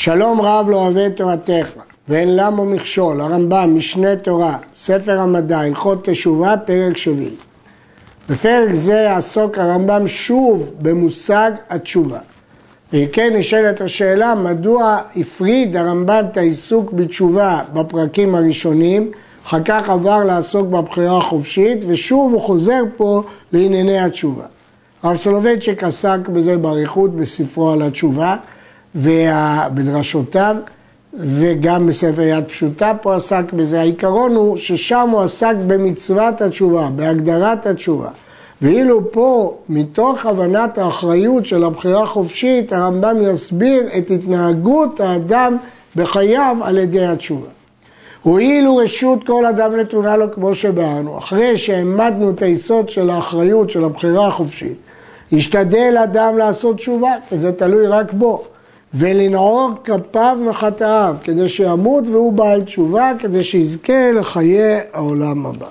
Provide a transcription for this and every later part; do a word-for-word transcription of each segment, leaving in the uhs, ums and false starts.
שלום רב לא אוהב תורתך, ואין למה מכשול, הרמב"ם, משנה תורה, ספר המדע, הלכות תשובה, פרק שביעי. בפרק זה יעסוק הרמב"ם שוב במושג התשובה. וכן נשאלת השאלה, מדוע הפריד הרמב"ם את העיסוק בתשובה בפרקים הראשונים, אחר כך עבר לעסוק בבחירה החופשית, ושוב הוא חוזר פה לענייני התשובה. הרב סולובייצ'יק עסק בזה באריכות בספרו על התשובה, ובדרשותיו, וגם בספר יד פשוטה פה עסק בזה. העיקרון הוא ששם הוא עסק במצוות התשובה, בהגדרת התשובה. ואילו פה, מתוך הבנת האחריות של הבחירה החופשית, הרמב"ם יסביר את התנהגות האדם בחייו על ידי התשובה. ואילו רשות כל אדם נתונה לו כמו שבארנו, אחרי שהעמדנו את היסוד של האחריות של הבחירה החופשית, ישתדל אדם לעשות תשובה, וזה תלוי רק בו, ולנעור כפיו מחטאיו, כדי שימות והוא בעל תשובה, כדי שיזכה לחיי העולם הבא.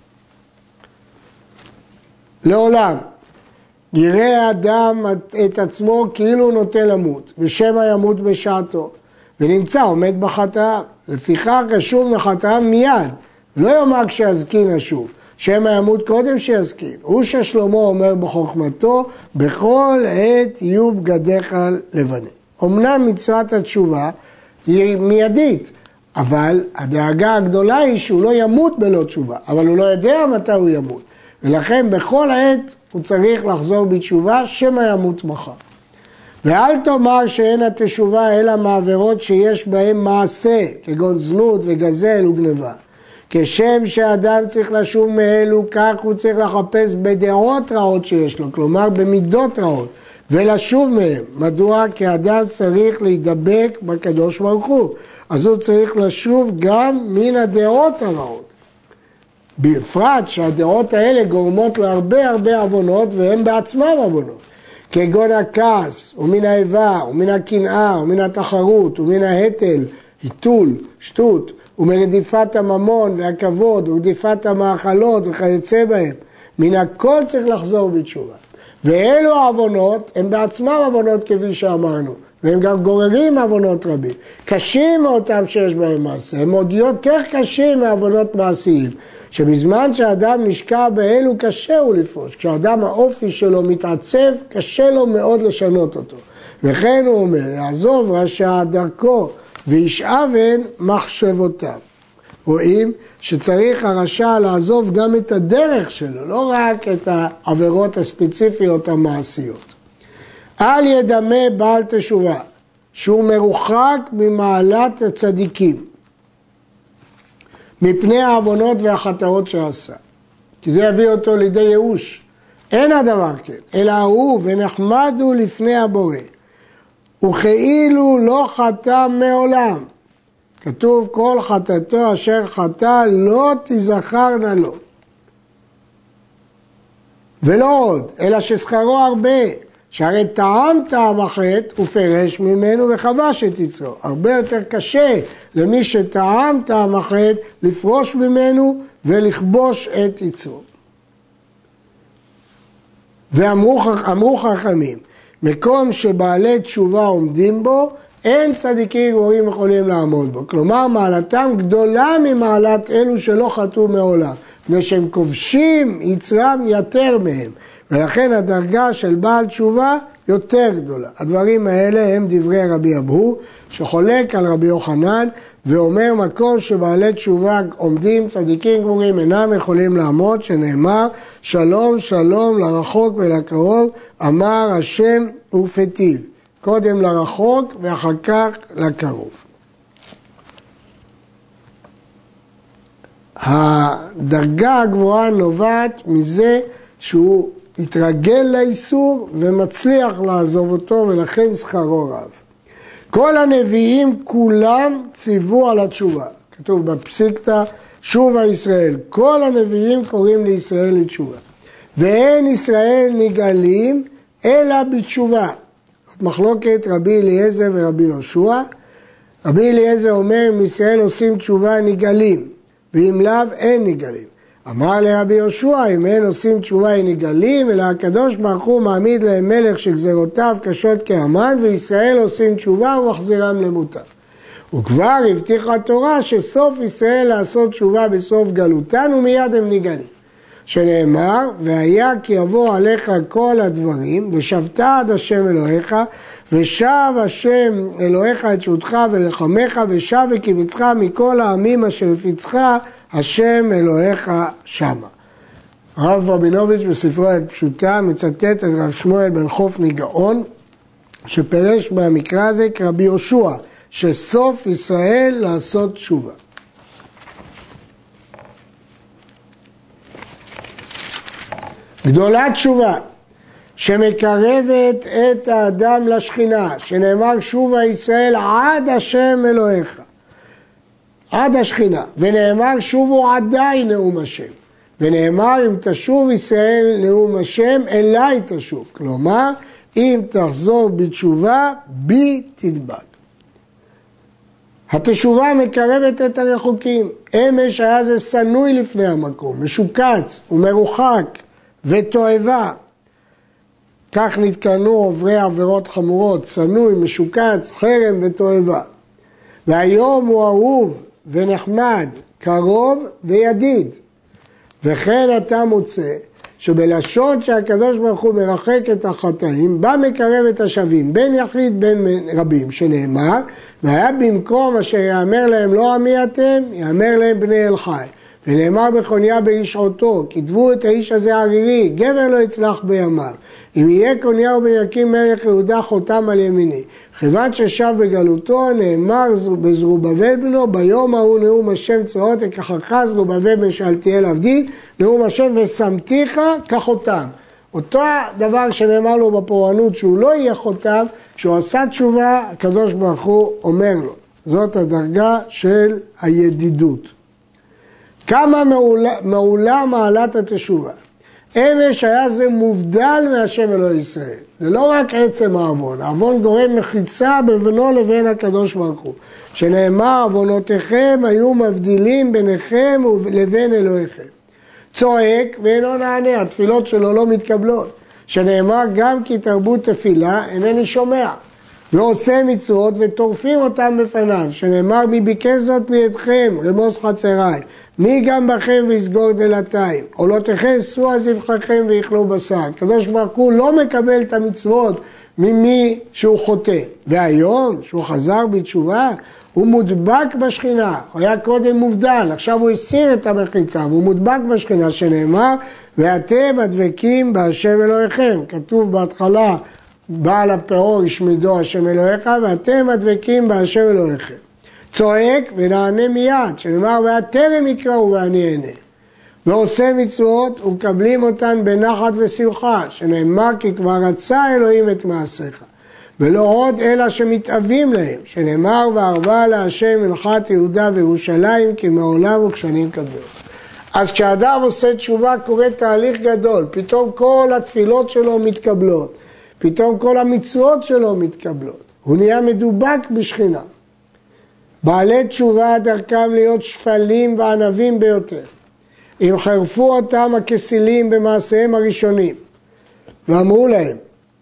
לעולם, יראה האדם את עצמו כאילו נוטה למות, ושמא ימות בשעתו, ונמצא עומד בחטאיו, לפיכך ישוב מחטאיו מיד, לא יאמר כשיזקין אשוב, שמא ימות קודם שיזקין. הוא ששלמה אומר בחוכמתו, בכל עת יהיו בגדיך לבנים. אמנם מצוות התשובה היא מיידית, אבל הדאגה הגדולה היא שהוא לא ימות בלא תשובה, אבל הוא לא יודע מתי הוא ימות. ולכן בכל עת הוא צריך לחזור בתשובה, שמא ימות מחר. ואל תאמר שאין התשובה אלא מעבירות שיש בהן מעשה, כגון זנות וגזל וגנבה. כשם שאדם צריך לשוב מאלו, כך הוא צריך לחפש בדעות רעות שיש לו, כלומר במידות רעות, ולשוב מהם. מדוע? כי האדם צריך להידבק בקדוש ברוך הוא, אז הוא צריך לשוב גם מן הדעות הרעות. בפרט שהדעות האלה גורמות להרבה הרבה עוונות, והם בעצמם עוונות. כגון הכעס, ומן האיבה, ומן הקנאה, ומן התחרות, ומן ההתל, היתול, שטות, ומרדיפת הממון והכבוד, ורדיפת המאכלות וכיוצא בהם. מן הכל צריך לחזור בתשובה. ואלו העוונות, הם בעצמם עוונות כפי שאמרנו, והם גם גוררים עוונות רבים. קשים מאותם שיש בהם מעשה, הם עוד יותר קשים מעוונות מעשיים. שבזמן שהאדם נשקע באלו קשה הוא לפרוש. כשאדם האופי שלו מתעצב, קשה לו מאוד לשנות אותו. וכן הוא אומר, יעזוב רשע דרכו וישאבן מחשבותיו. רואים שצריך הרשע לעזוב גם את הדרך שלו, לא רק את העבירות הספציפיות המעשיות. אל ידמה בעל תשובה, שהוא מרוחק ממעלת הצדיקים, מפני העוונות והחטאות שעשה. כי זה יביא אותו לידי ייאוש. אין הדבר כן, אלא הוא ונחמדו לפני הבורא. וכאילו לא חטא מעולם. כתוב כל חטאתו אשר חטא לא תזכרנה לו. ולא עוד, אלא ששכרו הרבה. שהרי טעם טעם החטא ופרש ממנו וחבש את יצרו. הרבה יותר קשה למי שטעם טעם החטא לפרוש ממנו ולכבוש את יצרו. ואמרו חכמים, מקום שבעלי תשובה עומדים בו, אין צדיקים גמורים יכולים לעמוד בו. כלומר, מעלתם גדולה ממעלת אלו שלא חטאו מעולם. מפני שהם כובשים יצרם יותר מהם. ולכן הדרגה של בעל תשובה יותר גדולה. הדברים האלה הם דברי רבי אבהו, שחולק על רבי יוחנן, ואומר מקום שבעלי תשובה עומדים, צדיקים גמורים אינם יכולים לעמוד, שנאמר שלום שלום לרחוק ולקרוב, אמר השם ופתיו. קודם לרחוק ואחר כך לקרוב. הדרגה הגבוהה נובעת מזה שהוא התרגל לאיסור ומצליח לעזוב אותו, ולכן שכרו רב. כל הנביאים כולם ציוו על התשובה. כתוב בפסיקתא, שובה ישראל. כל הנביאים קוראים לישראל לתשובה. ואין ישראל נגאלים אלא בתשובה. מחלוקת רבי אליעזר ורבי יהושע. רבי אליעזר אומר, אם ישראל עושים תשובה נגאלים, ואם לאו אין נגאלים. אמר לרבי יהושע, אם אין עושים תשובה אין נגאלים, אלא הקדוש ברוך הוא מעמיד להם מלך שגזרותיו קשות כהמן, וישראל עושים תשובה ומחזירם למותם. וכבר הבטיחה התורה שסוף ישראל לעשות תשובה בסוף גלותן, ומיד הם נגאלים. שנאמר, והיה כי יבוא עליך כל הדברים, ושבת עד השם אלוהיך, ושב השם אלוהיך את שותך ולחמך, ושב וקיבצך מכל העמים אשר הפיצך, השם אלוהיך שמה. הרב רבינוביץ' בספרו על פשוטה מצטט את רב שמואל בן חופני גאון, שפרש במקרא הזה כרבי יהושע, שסוף ישראל לעשות תשובה. גדולת תשובה שמקרבת את האדם לשכינה, שנאמר שובה ישראל עד השם אלוהיך, עד השכינה, ונאמר שובו עדיין נאום השם, ונאמר אם תשוב ישראל נאום השם אליי תשוב, כלומר אם תחזור בתשובה בי תדבק. התשובה מקרבת את הרחוקים. אמש היה זה סנוי לפני המקום, משוקץ ומרוחק ותועבה. כך נתקנו עוברי עבירות חמורות, סנוי, משוקץ, חרם ותועבה. והיום הוא אהוב ונחמד, קרוב וידיד. וכן אתה מוצא שבלשון שהקדוש ברוך הוא מרחק את החטאים, בא מקרב את השווים, בין יחיד בין רבים, שנאמר, והיה במקום אשר יאמר להם לא עמי אתם, יאמר להם בני אל חי. ונאמר בחוניה בישעותו, כתבו את האיש הזה ערירי, גבר לא יצלח בימיו. אם יהיה קוניהו בן יקים מלך יהודה חותם על ימיני. כיוון ששב בגלותו, נאמר בזרובבל בנו, ביום ההוא נאום השם צבאות, וכחך זרובבל בן שאלתיאל עבדי, נאום השם ושמתיך כחותם. אותו דבר שנאמר לו בפורענות שהוא לא יהיה חותם, כשהוא עשה תשובה, הקדוש ברוך הוא אומר לו. זאת הדרגה של הידידות. כמה מעולה, מעולה מעלת התשובה. אמש היה זה מובדל מהשם אלוהי ישראל. זה לא רק עצם העוון, העוון גורם מחיצה בינו לבין הקדוש ברוך הוא. שנאמר, עוונותיכם היו מבדילים ביניכם לבין אלוהיכם. צועק ואינו נענה, התפילות שלו לא מתקבלות. שנאמר, גם כי תרבות תפילה אינני שומע. ועושה מצוות וטורפים אותם בפניו. שנאמר, מי ביקש זאת מידכם, רמוס חצריי. מי גם בכם ויסגור דלתיים, עולותיכם שאו זבחיכם ויאכלו בשר. הקדוש ברוך הוא לא מקבל את המצוות ממי שהוא חוטא. והיום, שהוא חזר בתשובה, הוא מודבק בשכינה. הוא היה קודם מובדל, עכשיו הוא הסיר את המחיצה, והוא מודבק בשכינה שנאמר, ואתם הדבקים בהשם אלוהיכם. כתוב בהתחלה, בעל הפאור ישמידו השם אלוהיך, ואתם הדבקים בהשם אלוהיכם. צועק ונענה מיד, שנאמר והטרם יקראו ואני אענה. ועושה מצוות ומקבלים אותן בנחת ושמחה, שנאמר כי כבר רצה אלוהים את מעשיך. ולא עוד אלא שמתאבים להם, שנאמר וערבה להשם מנחת יהודה וירושלים כי מעולם וכשנים כדור. אז כשאדם עושה תשובה קורה תהליך גדול, פתאום כל התפילות שלו מתקבלות, פתאום כל המצוות שלו מתקבלות, הוא נהיה מדובק בשכינה. בעלי תשובה דרכם להיות שפלים וענבים ביותר. אם חרפו אותם הכסילים במעשיהם הראשונים, ואמרו להם,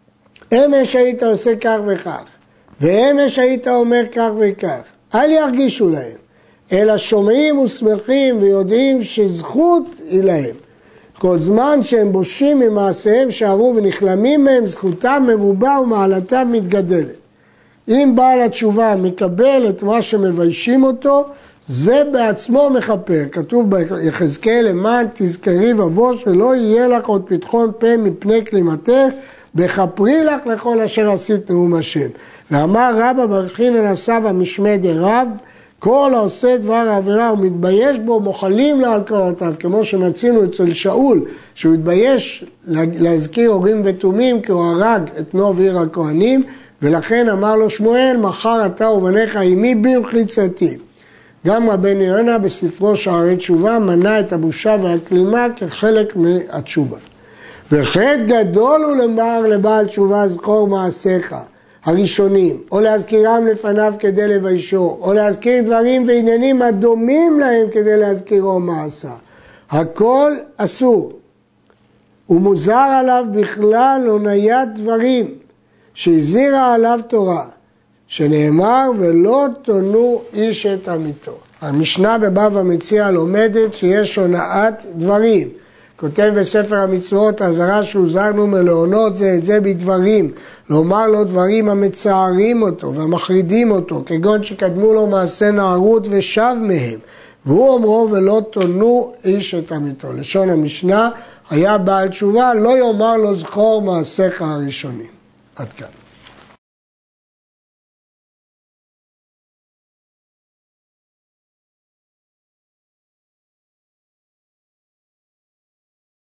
אמש היית עושה כך וכך, ואמש היית אומר כך וכך, אל ירגישו להם, אלא שומעים ושמחים ויודעים שזכות היא להם. כל זמן שהם בושים ממעשיהם שערו ונכלמים מהם, זכותם מרובה ומעלתם מתגדלת. אם בעל התשובה מקבל את מה שמביישים אותו, זה בעצמו מכפר. כתוב ביחזקאל, למען תזכרי ובוש ולא יהיה לך עוד פתחון פה מפני כלימתך, בכפרי לך לכל אשר עשית נאום השם. ואמר רבא בר חינן הסבא משמי דרב, כל העושה דבר העבירה ומתבייש בו, מוחלים לו על קראותיו, כמו שמצינו אצל שאול, שהוא התבייש להזכיר הורים ותומים, כי הוא הרג את נוב עיר הכהנים, ולכן אמר לו שמואל, מחר אתה ובניך עימי במחיצתי. גם רבנו יונה בספרו שערי תשובה מנה את הבושה והכלימה כחלק מהתשובה. וחטא גדול הוא לומר לבעל תשובה זכור מעשיך הראשונים, או להזכירם לפניו כדי לביישו, או להזכיר דברים ועניינים הדומים להם כדי להזכירו מעשה. הכל אסור. ומוזר עליו בכלל הוניית דברים, שהזהירה עליו תורה, שנאמר ולא תונו איש את עמיתו. המשנה בבבא מציעא לומדת שיש הונאת דברים. כותב בספר המצוות, הזהרה שהוזהרנו מלהונות זה את זה בדברים, לומר לו דברים המצערים אותו והמחרידים אותו, כגון שקדמו לו מעשה נערות ושב מהם. והוא אומרו ולא תונו איש את עמיתו. לשון המשנה, היה בעל תשובה, לא יאמר לו זכור מעשיך הראשונים. עד כאן.